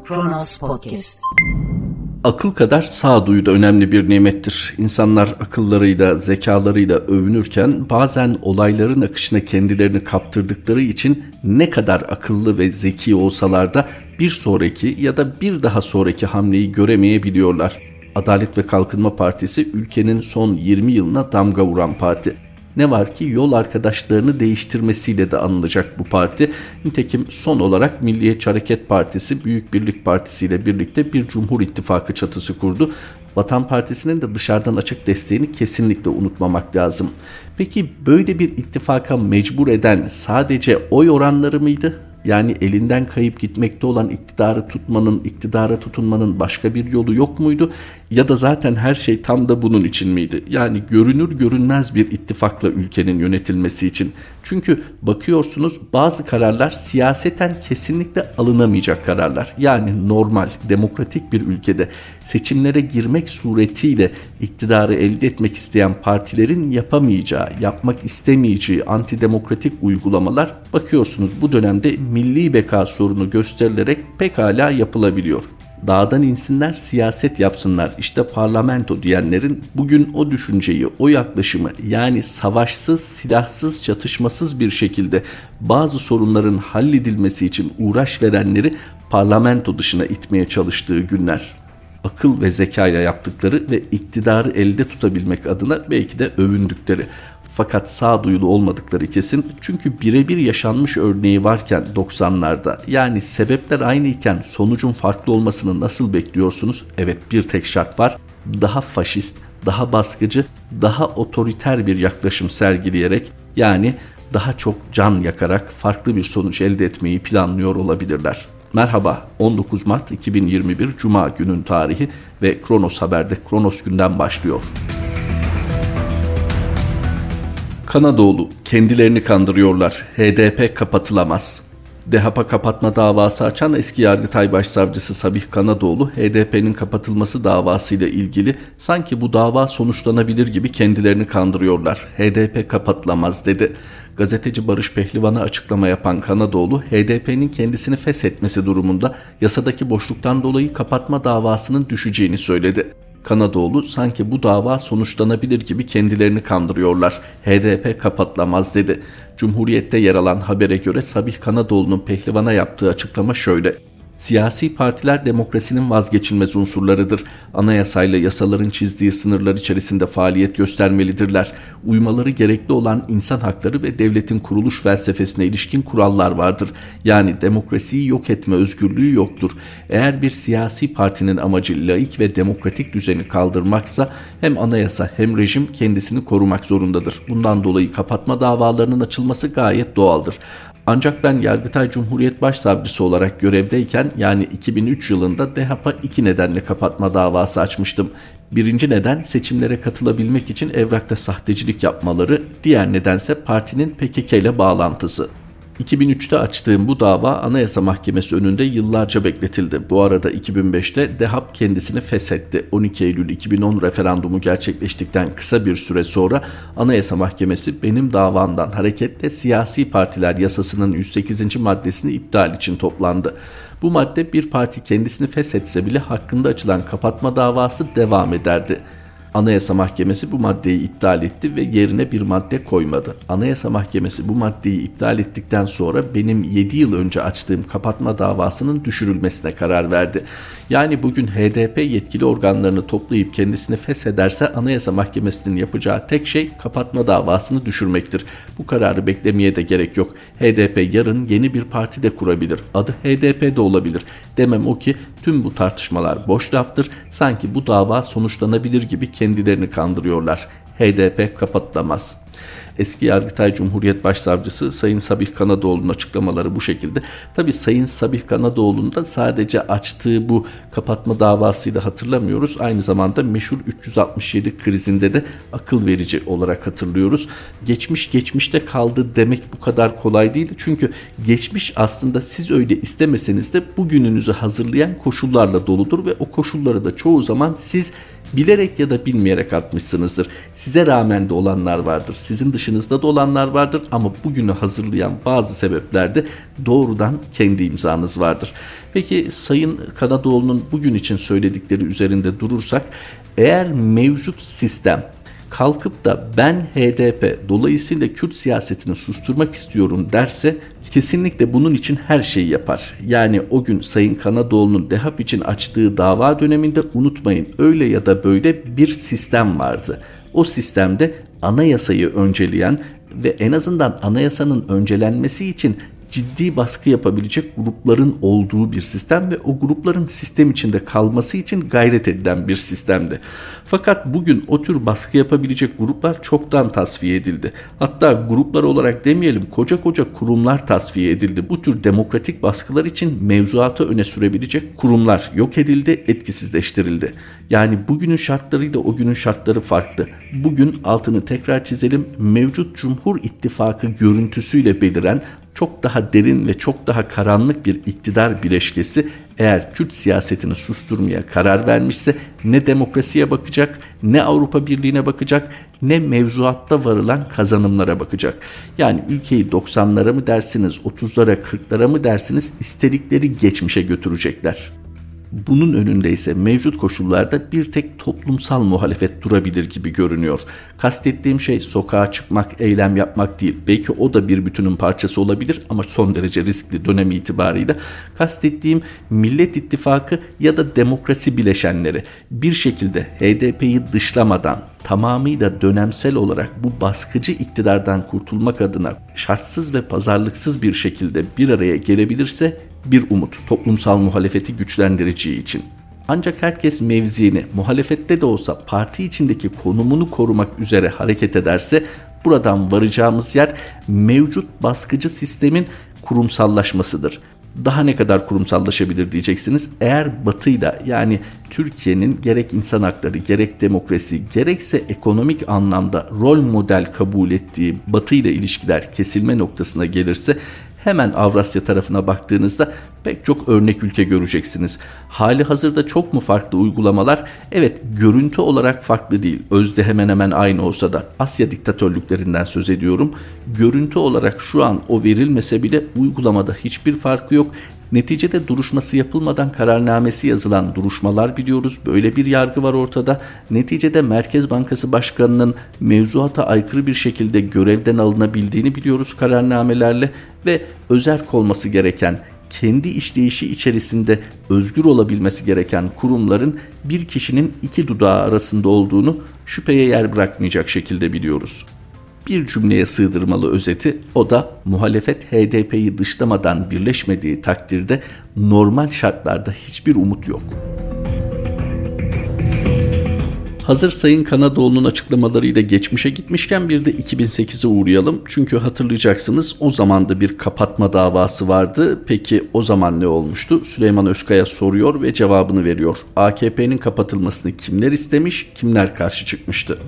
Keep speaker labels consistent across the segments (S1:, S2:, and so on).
S1: Kronos Podcast.
S2: Akıl kadar sağduyu da önemli bir nimettir. İnsanlar akıllarıyla, zekalarıyla övünürken bazen olayların akışına kendilerini kaptırdıkları için ne kadar akıllı ve zeki olsalar da bir sonraki ya da bir daha sonraki hamleyi göremeyebiliyorlar. Adalet ve Kalkınma Partisi ülkenin son 20 yılına damga vuran parti. Ne var ki yol arkadaşlarını değiştirmesiyle de anılacak bu parti. Nitekim son olarak Milliyetçi Hareket Partisi, Büyük Birlik Partisi ile birlikte bir Cumhur İttifakı çatısı kurdu. Vatan Partisi'nin de dışarıdan açık desteğini kesinlikle unutmamak lazım. Peki böyle bir ittifaka mecbur eden sadece oy oranları mıydı? Yani elinden kayıp gitmekte olan iktidarı tutmanın, iktidara tutunmanın başka bir yolu yok muydu? Ya da zaten her şey tam da bunun için miydi? Yani görünür görünmez bir ittifakla ülkenin yönetilmesi için. Çünkü bakıyorsunuz bazı kararlar siyaseten kesinlikle alınamayacak kararlar. Yani normal, demokratik bir ülkede seçimlere girmek suretiyle iktidarı elde etmek isteyen partilerin yapamayacağı, yapmak istemeyeceği antidemokratik uygulamalar bakıyorsunuz bu dönemde milli beka sorunu gösterilerek pekala yapılabiliyor. Dağdan insinler, siyaset yapsınlar. İşte parlamento diyenlerin bugün o düşünceyi, o yaklaşımı yani savaşsız, silahsız, çatışmasız bir şekilde bazı sorunların halledilmesi için uğraş verenleri parlamento dışına itmeye çalıştığı günler. Akıl ve zekayla yaptıkları ve iktidarı elde tutabilmek adına belki de övündükleri. Fakat sağduyulu olmadıkları kesin. Çünkü birebir yaşanmış örneği varken 90'larda yani sebepler aynıyken sonucun farklı olmasını nasıl bekliyorsunuz? Evet, bir tek şart var. Daha faşist, daha baskıcı, daha otoriter bir yaklaşım sergileyerek yani daha çok can yakarak farklı bir sonuç elde etmeyi planlıyor olabilirler. Merhaba, 19 Mart 2021 Cuma günün tarihi ve Kronos Haber'de Kronos günden başlıyor. Kanadoğlu, kendilerini kandırıyorlar. HDP kapatılamaz. DHP kapatma davası açan eski Yargıtay Başsavcısı Sabih Kanadoğlu, HDP'nin kapatılması davasıyla ilgili sanki bu dava sonuçlanabilir gibi kendilerini kandırıyorlar. HDP kapatılamaz dedi. Gazeteci Barış Pehlivan'a açıklama yapan Kanadoğlu, HDP'nin kendisini feshetmesi durumunda yasadaki boşluktan dolayı kapatma davasının düşeceğini söyledi. Kanadoğlu sanki bu dava sonuçlanabilir gibi kendilerini kandırıyorlar. HDP kapatılamaz dedi. Cumhuriyet'te yer alan habere göre Sabih Kanadoğlu'nun Pehlivan'a yaptığı açıklama şöyle. Siyasi partiler demokrasinin vazgeçilmez unsurlarıdır. Anayasayla yasaların çizdiği sınırlar içerisinde faaliyet göstermelidirler. Uymaları gerekli olan insan hakları ve devletin kuruluş felsefesine ilişkin kurallar vardır. Yani demokrasiyi yok etme özgürlüğü yoktur. Eğer bir siyasi partinin amacı laik ve demokratik düzeni kaldırmaksa hem anayasa hem rejim kendisini korumak zorundadır. Bundan dolayı kapatma davalarının açılması gayet doğaldır. Ancak ben Yargıtay Cumhuriyet Başsavcısı olarak görevdeyken yani 2003 yılında DHP iki nedenle kapatma davası açmıştım. Birinci neden seçimlere katılabilmek için evrakta sahtecilik yapmaları, diğer nedense partinin PKK ile bağlantısı. 2003'te açtığım bu dava Anayasa Mahkemesi önünde yıllarca bekletildi. Bu arada 2005'te DHP kendisini feshetti. 12 Eylül 2010 referandumu gerçekleştikten kısa bir süre sonra Anayasa Mahkemesi benim davamdan hareketle siyasi partiler yasasının 108. maddesini iptal için toplandı. Bu madde bir parti kendisini feshetse bile hakkında açılan kapatma davası devam ederdi. Anayasa Mahkemesi bu maddeyi iptal etti ve yerine bir madde koymadı. Anayasa Mahkemesi bu maddeyi iptal ettikten sonra benim 7 yıl önce açtığım kapatma davasının düşürülmesine karar verdi. Yani bugün HDP yetkili organlarını toplayıp kendisini feshederse Anayasa Mahkemesi'nin yapacağı tek şey kapatma davasını düşürmektir. Bu kararı beklemeye de gerek yok. HDP yarın yeni bir parti de kurabilir. Adı HDP de olabilir. Demem o ki tüm bu tartışmalar boş laftır. Sanki bu dava sonuçlanabilir gibi kendilerini kandırıyorlar. HDP kapatılamaz. Eski Yargıtay Cumhuriyet Başsavcısı Sayın Sabih Kanadoğlu'nun açıklamaları bu şekilde. Tabii Sayın Sabih Kanadoğlu'nun da sadece açtığı bu kapatma davasıyla hatırlamıyoruz. Aynı zamanda meşhur 367 krizinde de akıl verici olarak hatırlıyoruz. Geçmiş geçmişte kaldı demek bu kadar kolay değil. Çünkü geçmiş aslında siz öyle istemeseniz de bugününüzü hazırlayan koşullarla doludur ve o koşulları da çoğu zaman siz Bilerek ya da bilmeyerek atmışsınızdır. Size rağmen de olanlar vardır. Sizin dışınızda da olanlar vardır ama bugünü hazırlayan bazı sebeplerde doğrudan kendi imzanız vardır. Peki Sayın Kanadoğlu'nun bugün için söyledikleri üzerinde durursak, eğer mevcut sistem kalkıp da ben HDP dolayısıyla Kürt siyasetini susturmak istiyorum derse kesinlikle bunun için her şeyi yapar. Yani o gün Sayın Kanadoğlu'nun DEHAP için açtığı dava döneminde unutmayın öyle ya da böyle bir sistem vardı. O sistemde anayasayı önceleyen ve en azından anayasanın öncelenmesi için ciddi baskı yapabilecek grupların olduğu bir sistem ve o grupların sistem içinde kalması için gayret edilen bir sistemdi. Fakat bugün o tür baskı yapabilecek gruplar çoktan tasfiye edildi. Hatta gruplar olarak demeyelim, koca koca kurumlar tasfiye edildi. Bu tür demokratik baskılar için mevzuatı öne sürebilecek kurumlar yok edildi, etkisizleştirildi. Yani bugünün şartlarıyla o günün şartları farklı. Bugün altını tekrar çizelim, mevcut Cumhur İttifakı görüntüsüyle beliren çok daha derin ve çok daha karanlık bir iktidar bileşkesi eğer Kürt siyasetini susturmaya karar vermişse ne demokrasiye bakacak, ne Avrupa Birliği'ne bakacak, ne mevzuatta varılan kazanımlara bakacak. Yani ülkeyi 90'lara mı dersiniz, 30'lara, 40'lara mı dersiniz, istedikleri geçmişe götürecekler. Bunun önünde ise mevcut koşullarda bir tek toplumsal muhalefet durabilir gibi görünüyor. Kastettiğim şey sokağa çıkmak, eylem yapmak değil. Belki o da bir bütünün parçası olabilir ama son derece riskli dönem itibarıyla. Kastettiğim Millet İttifakı ya da demokrasi bileşenleri bir şekilde HDP'yi dışlamadan tamamıyla dönemsel olarak bu baskıcı iktidardan kurtulmak adına şartsız ve pazarlıksız bir şekilde bir araya gelebilirse bir umut toplumsal muhalefeti güçlendireceği için. Ancak herkes mevziini muhalefette de olsa parti içindeki konumunu korumak üzere hareket ederse buradan varacağımız yer mevcut baskıcı sistemin kurumsallaşmasıdır. Daha ne kadar kurumsallaşabilir diyeceksiniz. Eğer Batı'yla yani Türkiye'nin gerek insan hakları, gerek demokrasi, gerekse ekonomik anlamda rol model kabul ettiği Batı ile ilişkiler kesilme noktasına gelirse hemen Avrasya tarafına baktığınızda pek çok örnek ülke göreceksiniz. Hali hazırda çok mu farklı uygulamalar? Evet, görüntü olarak farklı değil. Özde hemen hemen aynı olsa da Asya diktatörlüklerinden söz ediyorum. Görüntü olarak şu an o verilmese bile uygulamada hiçbir farkı yok. Neticede duruşması yapılmadan kararnamesi yazılan duruşmalar biliyoruz. Böyle bir yargı var ortada. Neticede Merkez Bankası Başkanı'nın mevzuata aykırı bir şekilde görevden alınabildiğini biliyoruz kararnamelerle ve özerk olması gereken, kendi işleyişi içerisinde özgür olabilmesi gereken kurumların bir kişinin iki dudağı arasında olduğunu şüpheye yer bırakmayacak şekilde biliyoruz. Bir cümleye sığdırmalı özeti, o da muhalefet HDP'yi dışlamadan birleşmediği takdirde normal şartlarda hiçbir umut yok. Hazır Sayın Kanadoğlu'nun açıklamalarıyla geçmişe gitmişken bir de 2008'e uğrayalım. Çünkü hatırlayacaksınız o zaman da bir kapatma davası vardı. Peki o zaman ne olmuştu? Süleyman Özkaya soruyor ve cevabını veriyor. AKP'nin kapatılmasını kimler istemiş, kimler karşı çıkmıştı?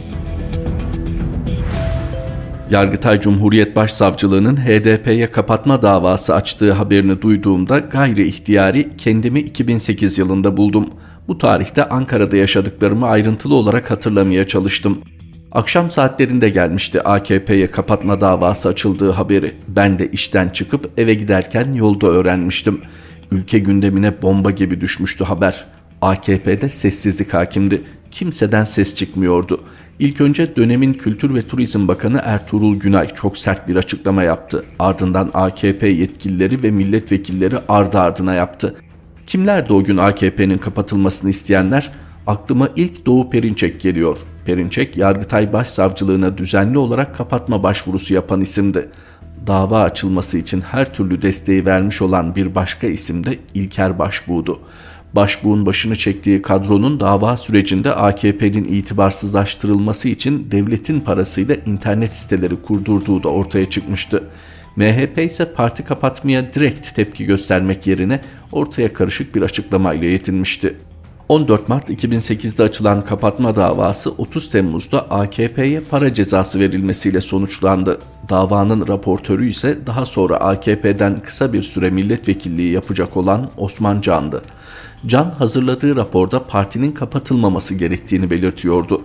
S2: Yargıtay Cumhuriyet Başsavcılığı'nın HDP'ye kapatma davası açtığı haberini duyduğumda gayri ihtiyari kendimi 2008 yılında buldum. Bu tarihte Ankara'da yaşadıklarımı ayrıntılı olarak hatırlamaya çalıştım. Akşam saatlerinde gelmişti AKP'ye kapatma davası açıldığı haberi. Ben de işten çıkıp eve giderken yolda öğrenmiştim. Ülke gündemine bomba gibi düşmüştü haber. AKP'de sessizlik hakimdi. Kimseden ses çıkmıyordu. İlk önce dönemin Kültür ve Turizm Bakanı Ertuğrul Günay çok sert bir açıklama yaptı. Ardından AKP yetkilileri ve milletvekilleri ardı ardına yaptı. Kimlerdi o gün AKP'nin kapatılmasını isteyenler? Aklıma ilk Doğu Perinçek geliyor. Perinçek, Yargıtay Başsavcılığına düzenli olarak kapatma başvurusu yapan isimdi. Dava açılması için her türlü desteği vermiş olan bir başka isim de İlker Başbuğ'du. Başbuğ'un başını çektiği kadronun dava sürecinde AKP'nin itibarsızlaştırılması için devletin parasıyla internet siteleri kurdurduğu da ortaya çıkmıştı. MHP ise parti kapatmaya direkt tepki göstermek yerine ortaya karışık bir açıklamayla yetinmişti. 14 Mart 2008'de açılan kapatma davası 30 Temmuz'da AKP'ye para cezası verilmesiyle sonuçlandı. Davanın raportörü ise daha sonra AKP'den kısa bir süre milletvekilliği yapacak olan Osman Can'dı. Can hazırladığı raporda partinin kapatılmaması gerektiğini belirtiyordu.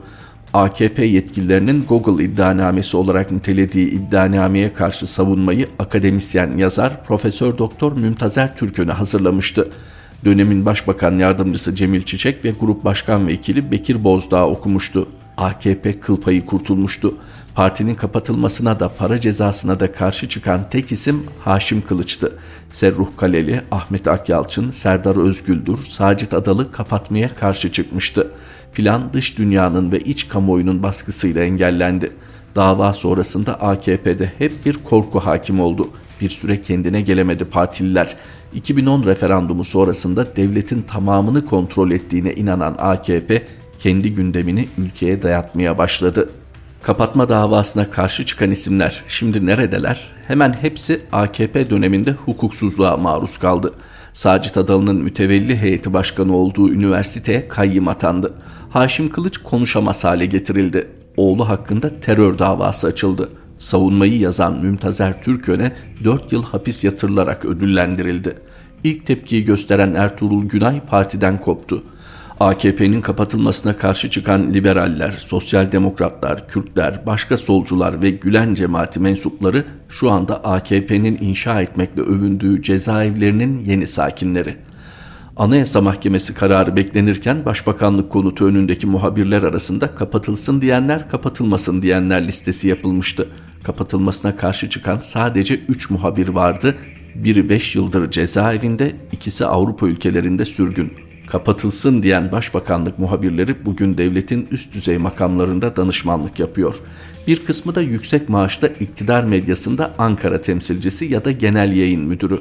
S2: AKP yetkililerinin Google iddianamesi olarak nitelediği iddianameye karşı savunmayı akademisyen yazar Profesör Doktor Mümtazer Türkön'e hazırlamıştı. Dönemin Başbakan Yardımcısı Cemil Çiçek ve Grup Başkan Vekili Bekir Bozdağ okumuştu. AKP kıl payı kurtulmuştu. Partinin kapatılmasına da para cezasına da karşı çıkan tek isim Haşim Kılıç'tı. Serruh Kaleli, Ahmet Akyalçın, Serdar Özgüldür, Sacit Adalı kapatmaya karşı çıkmıştı. Plan dış dünyanın ve iç kamuoyunun baskısıyla engellendi. Dava sonrasında AKP'de hep bir korku hakim oldu. Bir süre kendine gelemedi partililer. 2010 referandumu sonrasında devletin tamamını kontrol ettiğine inanan AKP kendi gündemini ülkeye dayatmaya başladı. Kapatma davasına karşı çıkan isimler şimdi neredeler? Hemen hepsi AKP döneminde hukuksuzluğa maruz kaldı. Sacit Adalı'nın mütevelli heyeti başkanı olduğu üniversiteye kayyım atandı. Haşim Kılıç konuşamaz hale getirildi. Oğlu hakkında terör davası açıldı. Savunmayı yazan Mümtazer Türkön'e 4 yıl hapis yatırılarak ödüllendirildi. İlk tepkiyi gösteren Ertuğrul Günay partiden koptu. AKP'nin kapatılmasına karşı çıkan liberaller, sosyal demokratlar, Kürtler, başka solcular ve Gülen cemaati mensupları şu anda AKP'nin inşa etmekle övündüğü cezaevlerinin yeni sakinleri. Anayasa Mahkemesi kararı beklenirken Başbakanlık konutu önündeki muhabirler arasında kapatılsın diyenler, kapatılmasın diyenler listesi yapılmıştı. Kapatılmasına karşı çıkan sadece 3 muhabir vardı. Biri 5 yıldır cezaevinde, ikisi Avrupa ülkelerinde sürgün. Kapatılsın diyen başbakanlık muhabirleri bugün devletin üst düzey makamlarında danışmanlık yapıyor. Bir kısmı da yüksek maaşla iktidar medyasında Ankara temsilcisi ya da genel yayın müdürü.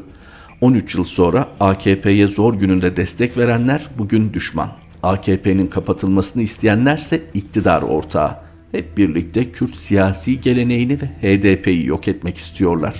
S2: 13 yıl sonra AKP'ye zor gününde destek verenler bugün düşman. AKP'nin kapatılmasını isteyenlerse iktidar ortağı. Hep birlikte Kürt siyasi geleneğini ve HDP'yi yok etmek istiyorlar.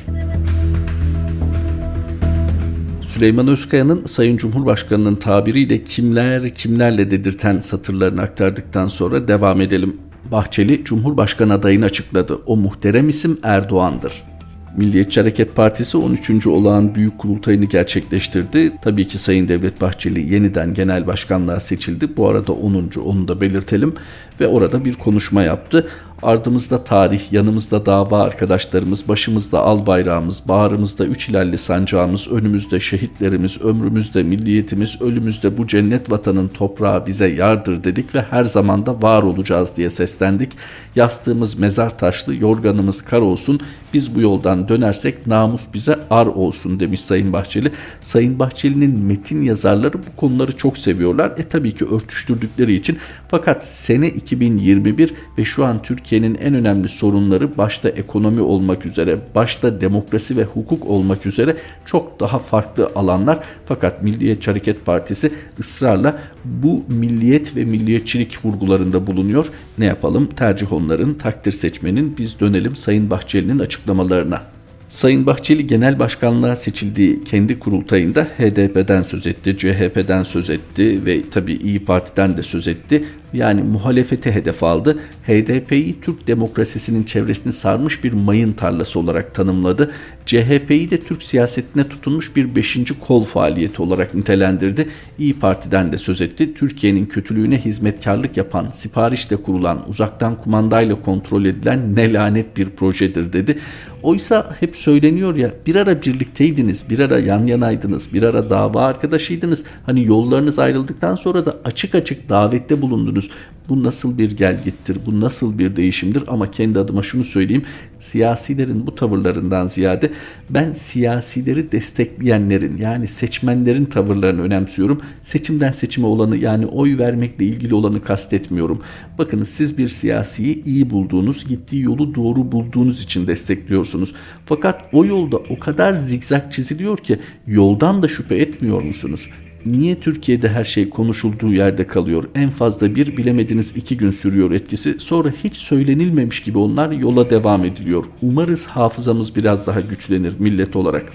S2: Süleyman Özkaya'nın Sayın Cumhurbaşkanı'nın tabiriyle kimler kimlerle dedirten satırlarını aktardıktan sonra devam edelim. Bahçeli Cumhurbaşkanı adayını açıkladı. O muhterem isim Erdoğan'dır. Milliyetçi Hareket Partisi 13. olağan büyük kurultayını gerçekleştirdi. Tabii ki Sayın Devlet Bahçeli yeniden genel başkanlığa seçildi. Bu arada 10. onu da belirtelim ve orada bir konuşma yaptı. Ardımızda tarih, yanımızda dava arkadaşlarımız, başımızda al bayrağımız, bağrımızda 3 hilalli sancağımız, önümüzde şehitlerimiz, ömrümüzde milliyetimiz, ölümüzde bu cennet vatanın toprağı bize yardır dedik ve her zaman da var olacağız diye seslendik. Yastığımız mezar taşlı, yorganımız kar olsun, biz bu yoldan dönersek namus bize ar olsun demiş Sayın Bahçeli. Sayın Bahçeli'nin metin yazarları bu konuları çok seviyorlar. Tabii ki örtüştürdükleri için, fakat sene 2021 ve şu an Türkiye'nin en önemli sorunları başta ekonomi olmak üzere, başta demokrasi ve hukuk olmak üzere çok daha farklı alanlar. Fakat Milliyetçi Hareket Partisi ısrarla bu milliyet ve milliyetçilik vurgularında bulunuyor. Ne yapalım? Tercih onların, takdir seçmenin. Biz dönelim Sayın Bahçeli'nin açıklamalarına. Sayın Bahçeli genel başkanlığa seçildiği kendi kurultayında HDP'den söz etti, CHP'den söz etti ve tabii İyi Parti'den de söz etti. Yani muhalefeti hedef aldı. HDP'yi Türk demokrasisinin çevresini sarmış bir mayın tarlası olarak tanımladı. CHP'yi de Türk siyasetine tutunmuş bir 5. kol faaliyeti olarak nitelendirdi. İyi Parti'den de söz etti. Türkiye'nin kötülüğüne hizmetkarlık yapan, siparişle kurulan, uzaktan kumandayla kontrol edilen ne lanet bir projedir dedi. Oysa hep söyleniyor ya, bir ara birlikteydiniz, bir ara yan yanaydınız, bir ara dava arkadaşıydınız. Hani yollarınız ayrıldıktan sonra da açık açık davette bulundunuz. Bu nasıl bir gelgittir, bu nasıl bir değişimdir? Ama kendi adıma şunu söyleyeyim, siyasilerin bu tavırlarından ziyade ben siyasileri destekleyenlerin, yani seçmenlerin tavırlarını önemsiyorum. Seçimden seçime olanı, yani oy vermekle ilgili olanı kastetmiyorum. Bakınız, siz bir siyasiyi iyi bulduğunuz, gittiği yolu doğru bulduğunuz için destekliyorsunuz. Fakat o yolda o kadar zigzag çiziliyor ki yoldan da şüphe etmiyor musunuz? Niye Türkiye'de her şey konuşulduğu yerde kalıyor? En fazla bir, bilemediniz 2 gün sürüyor etkisi. Sonra hiç söylenilmemiş gibi onlar yola devam ediliyor. Umarız hafızamız biraz daha güçlenir millet olarak.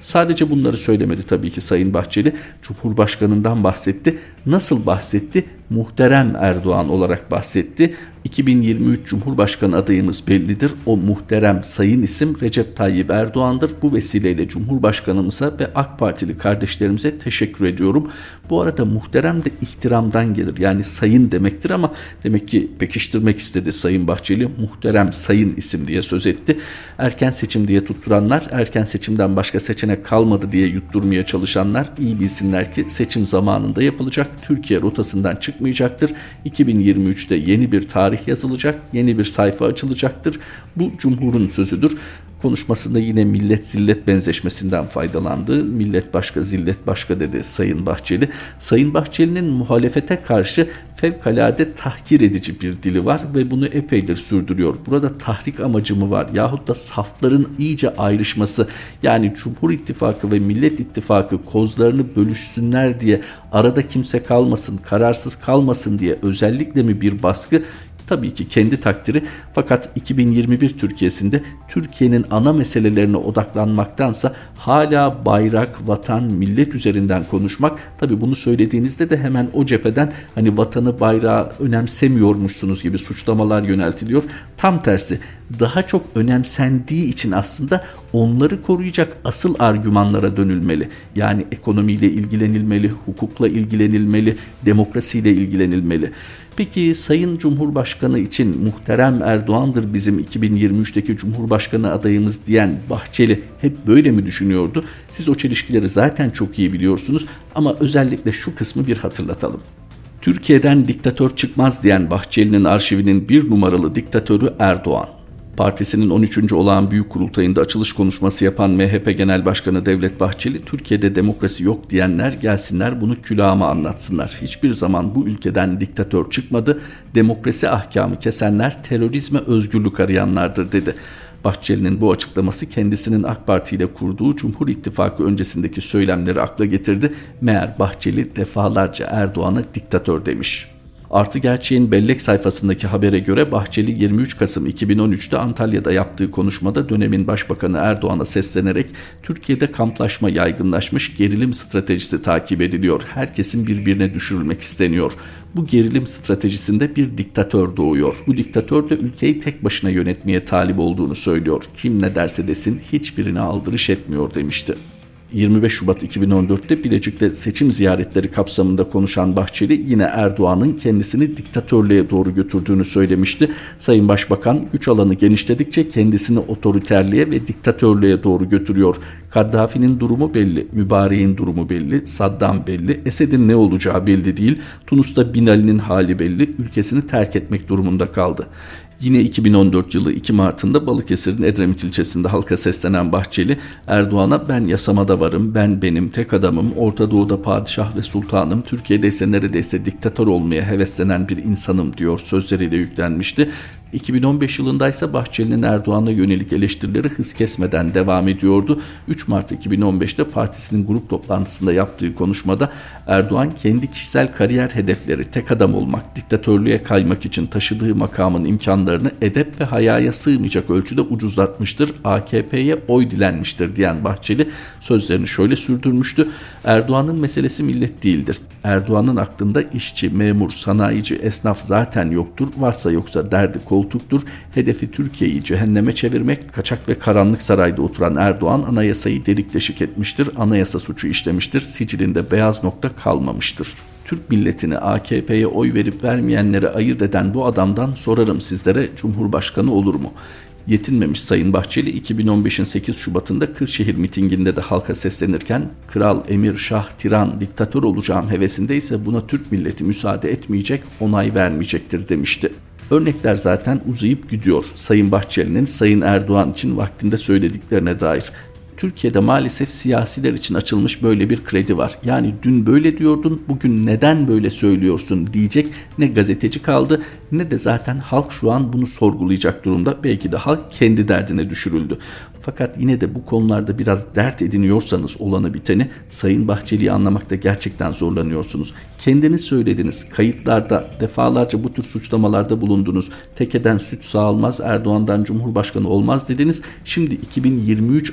S2: Sadece bunları söylemedi tabii ki Sayın Bahçeli. Cumhurbaşkanından bahsetti. Nasıl bahsetti? Muhterem Erdoğan olarak bahsetti. 2023 Cumhurbaşkanı adayımız bellidir. O muhterem sayın isim Recep Tayyip Erdoğan'dır. Bu vesileyle Cumhurbaşkanımıza ve AK Partili kardeşlerimize teşekkür ediyorum. Bu arada muhterem de ihtiramdan gelir. Yani sayın demektir ama demek ki pekiştirmek istedi Sayın Bahçeli. Muhterem sayın isim diye söz etti. Erken seçim diye tutturanlar, erken seçimden başka seçenek kalmadı diye yutturmaya çalışanlar iyi bilsinler ki seçim zamanında yapılacak. Türkiye rotasından çıkmayacaktır. 2023'te yeni bir tarih yazılacak, yeni bir sayfa açılacaktır. Bu Cumhur'un sözüdür. Konuşmasında yine millet zillet benzeşmesinden faydalandı. Millet başka, zillet başka dedi Sayın Bahçeli. Sayın Bahçeli'nin muhalefete karşı fevkalade tahkir edici bir dili var ve bunu epeydir sürdürüyor. Burada tahrik amacı mı var yahut da safların iyice ayrışması, yani Cumhur İttifakı ve Millet İttifakı kozlarını bölüşsünler diye, arada kimse kalmasın, kararsız kalmasın diye özellikle mi bir baskı? Tabii ki kendi takdiri, fakat 2021 Türkiye'sinde Türkiye'nin ana meselelerine odaklanmaktansa hala bayrak, vatan, millet üzerinden konuşmak, tabii bunu söylediğinizde de hemen o cepheden hani vatanı, bayrağı önemsemiyormuşsunuz gibi suçlamalar yöneltiliyor. Tam tersi, daha çok önemsendiği için aslında onları koruyacak asıl argümanlara dönülmeli. Yani ekonomiyle ilgilenilmeli, hukukla ilgilenilmeli, demokrasiyle ilgilenilmeli. Peki Sayın Cumhurbaşkanı için muhterem Erdoğan'dır bizim 2023'teki Cumhurbaşkanı adayımız diyen Bahçeli hep böyle mi düşünüyordu? Siz o çelişkileri zaten çok iyi biliyorsunuz ama özellikle şu kısmı bir hatırlatalım. Türkiye'den diktatör çıkmaz diyen Bahçeli'nin arşivinin bir numaralı diktatörü Erdoğan. Partisinin 13. olağan büyük kurultayında açılış konuşması yapan MHP Genel Başkanı Devlet Bahçeli, Türkiye'de demokrasi yok diyenler gelsinler bunu külahıma anlatsınlar. Hiçbir zaman bu ülkeden diktatör çıkmadı. Demokrasi ahkamı kesenler terörizme özgürlük arayanlardır dedi. Bahçeli'nin bu açıklaması kendisinin AK Parti ile kurduğu Cumhur İttifakı öncesindeki söylemleri akla getirdi. Meğer Bahçeli defalarca Erdoğan'a diktatör demiş. Artı Gerçeğin bellek sayfasındaki habere göre Bahçeli 23 Kasım 2013'te Antalya'da yaptığı konuşmada dönemin Başbakanı Erdoğan'a seslenerek Türkiye'de kamplaşma yaygınlaşmış, gerilim stratejisi takip ediliyor. Herkesin birbirine düşürülmek isteniyor. Bu gerilim stratejisinde bir diktatör doğuyor. Bu diktatör de ülkeyi tek başına yönetmeye talip olduğunu söylüyor. Kim ne derse desin hiçbirine aldırış etmiyor demişti. 25 Şubat 2014'te Bilecik'te seçim ziyaretleri kapsamında konuşan Bahçeli yine Erdoğan'ın kendisini diktatörlüğe doğru götürdüğünü söylemişti. Sayın Başbakan güç alanı genişledikçe kendisini otoriterliğe ve diktatörlüğe doğru götürüyor. Kaddafi'nin durumu belli, Mübarek'in durumu belli, Saddam belli, Esed'in ne olacağı belli değil, Tunus'ta Bin Ali'nin hali belli, ülkesini terk etmek durumunda kaldı. Yine 2014 yılı 2 Mart'ında Balıkesir'in Edremit ilçesinde halka seslenen Bahçeli, Erdoğan'a ben yasamada varım, ben benim tek adamım, Orta Doğu'da padişah ve sultanım, Türkiye'de ise neredeyse diktatör olmaya heveslenen bir insanım diyor sözleriyle yüklenmişti. 2015 yılında ise Bahçeli'nin Erdoğan'a yönelik eleştirileri hız kesmeden devam ediyordu. 3 Mart 2015'te partisinin grup toplantısında yaptığı konuşmada Erdoğan kendi kişisel kariyer hedefleri, tek adam olmak, diktatörlüğe kaymak için taşıdığı makamın imkanlarını edep ve hayaya sığmayacak ölçüde ucuzlatmıştır, AKP'ye oy dilenmiştir diyen Bahçeli sözlerini şöyle sürdürmüştü. Erdoğan'ın meselesi millet değildir. Erdoğan'ın aklında işçi, memur, sanayici, esnaf zaten yoktur. Varsa yoksa derdi koltuktur. Hedefi Türkiye'yi cehenneme çevirmek, kaçak ve karanlık sarayda oturan Erdoğan anayasayı delik deşik etmiştir. Anayasa suçu işlemiştir. Sicilinde beyaz nokta kalmamıştır. Türk milletini AKP'ye oy verip vermeyenleri ayırt eden bu adamdan sorarım sizlere, Cumhurbaşkanı olur mu? Yetinmemiş Sayın Bahçeli 2015'in 8 Şubat'ında Kırşehir mitinginde de halka seslenirken kral, emir, şah, tiran, diktatör olacağım hevesinde ise buna Türk milleti müsaade etmeyecek, onay vermeyecektir demişti. Örnekler zaten uzayıp gidiyor Sayın Bahçeli'nin Sayın Erdoğan için vaktinde söylediklerine dair. Türkiye'de maalesef siyasiler için açılmış böyle bir kredi var. Yani dün böyle diyordun, bugün neden böyle söylüyorsun diyecek ne gazeteci kaldı ne de zaten halk şu an bunu sorgulayacak durumda. Belki de halk kendi derdine düşürüldü. Fakat yine de bu konularda biraz dert ediniyorsanız olanı biteni, Sayın Bahçeli'yi anlamakta gerçekten zorlanıyorsunuz. Kendiniz söylediniz, kayıtlarda defalarca bu tür suçlamalarda bulundunuz. Tekeden süt sağılmaz, Erdoğan'dan Cumhurbaşkanı olmaz dediniz. Şimdi 2023 adayınız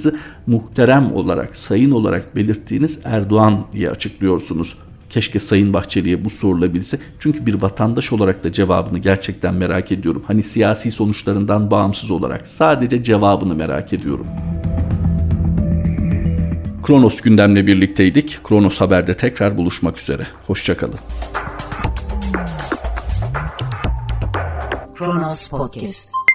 S2: arkadaşınızı muhterem olarak, sayın olarak belirttiğiniz Erdoğan diye açıklıyorsunuz. Keşke Sayın Bahçeli'ye bu sorulabilse. Çünkü bir vatandaş olarak da cevabını gerçekten merak ediyorum. Hani siyasi sonuçlarından bağımsız olarak sadece cevabını merak ediyorum. Kronos gündemle birlikteydik. Kronos Haber'de tekrar buluşmak üzere. Hoşçakalın.
S1: Kronos Podcast.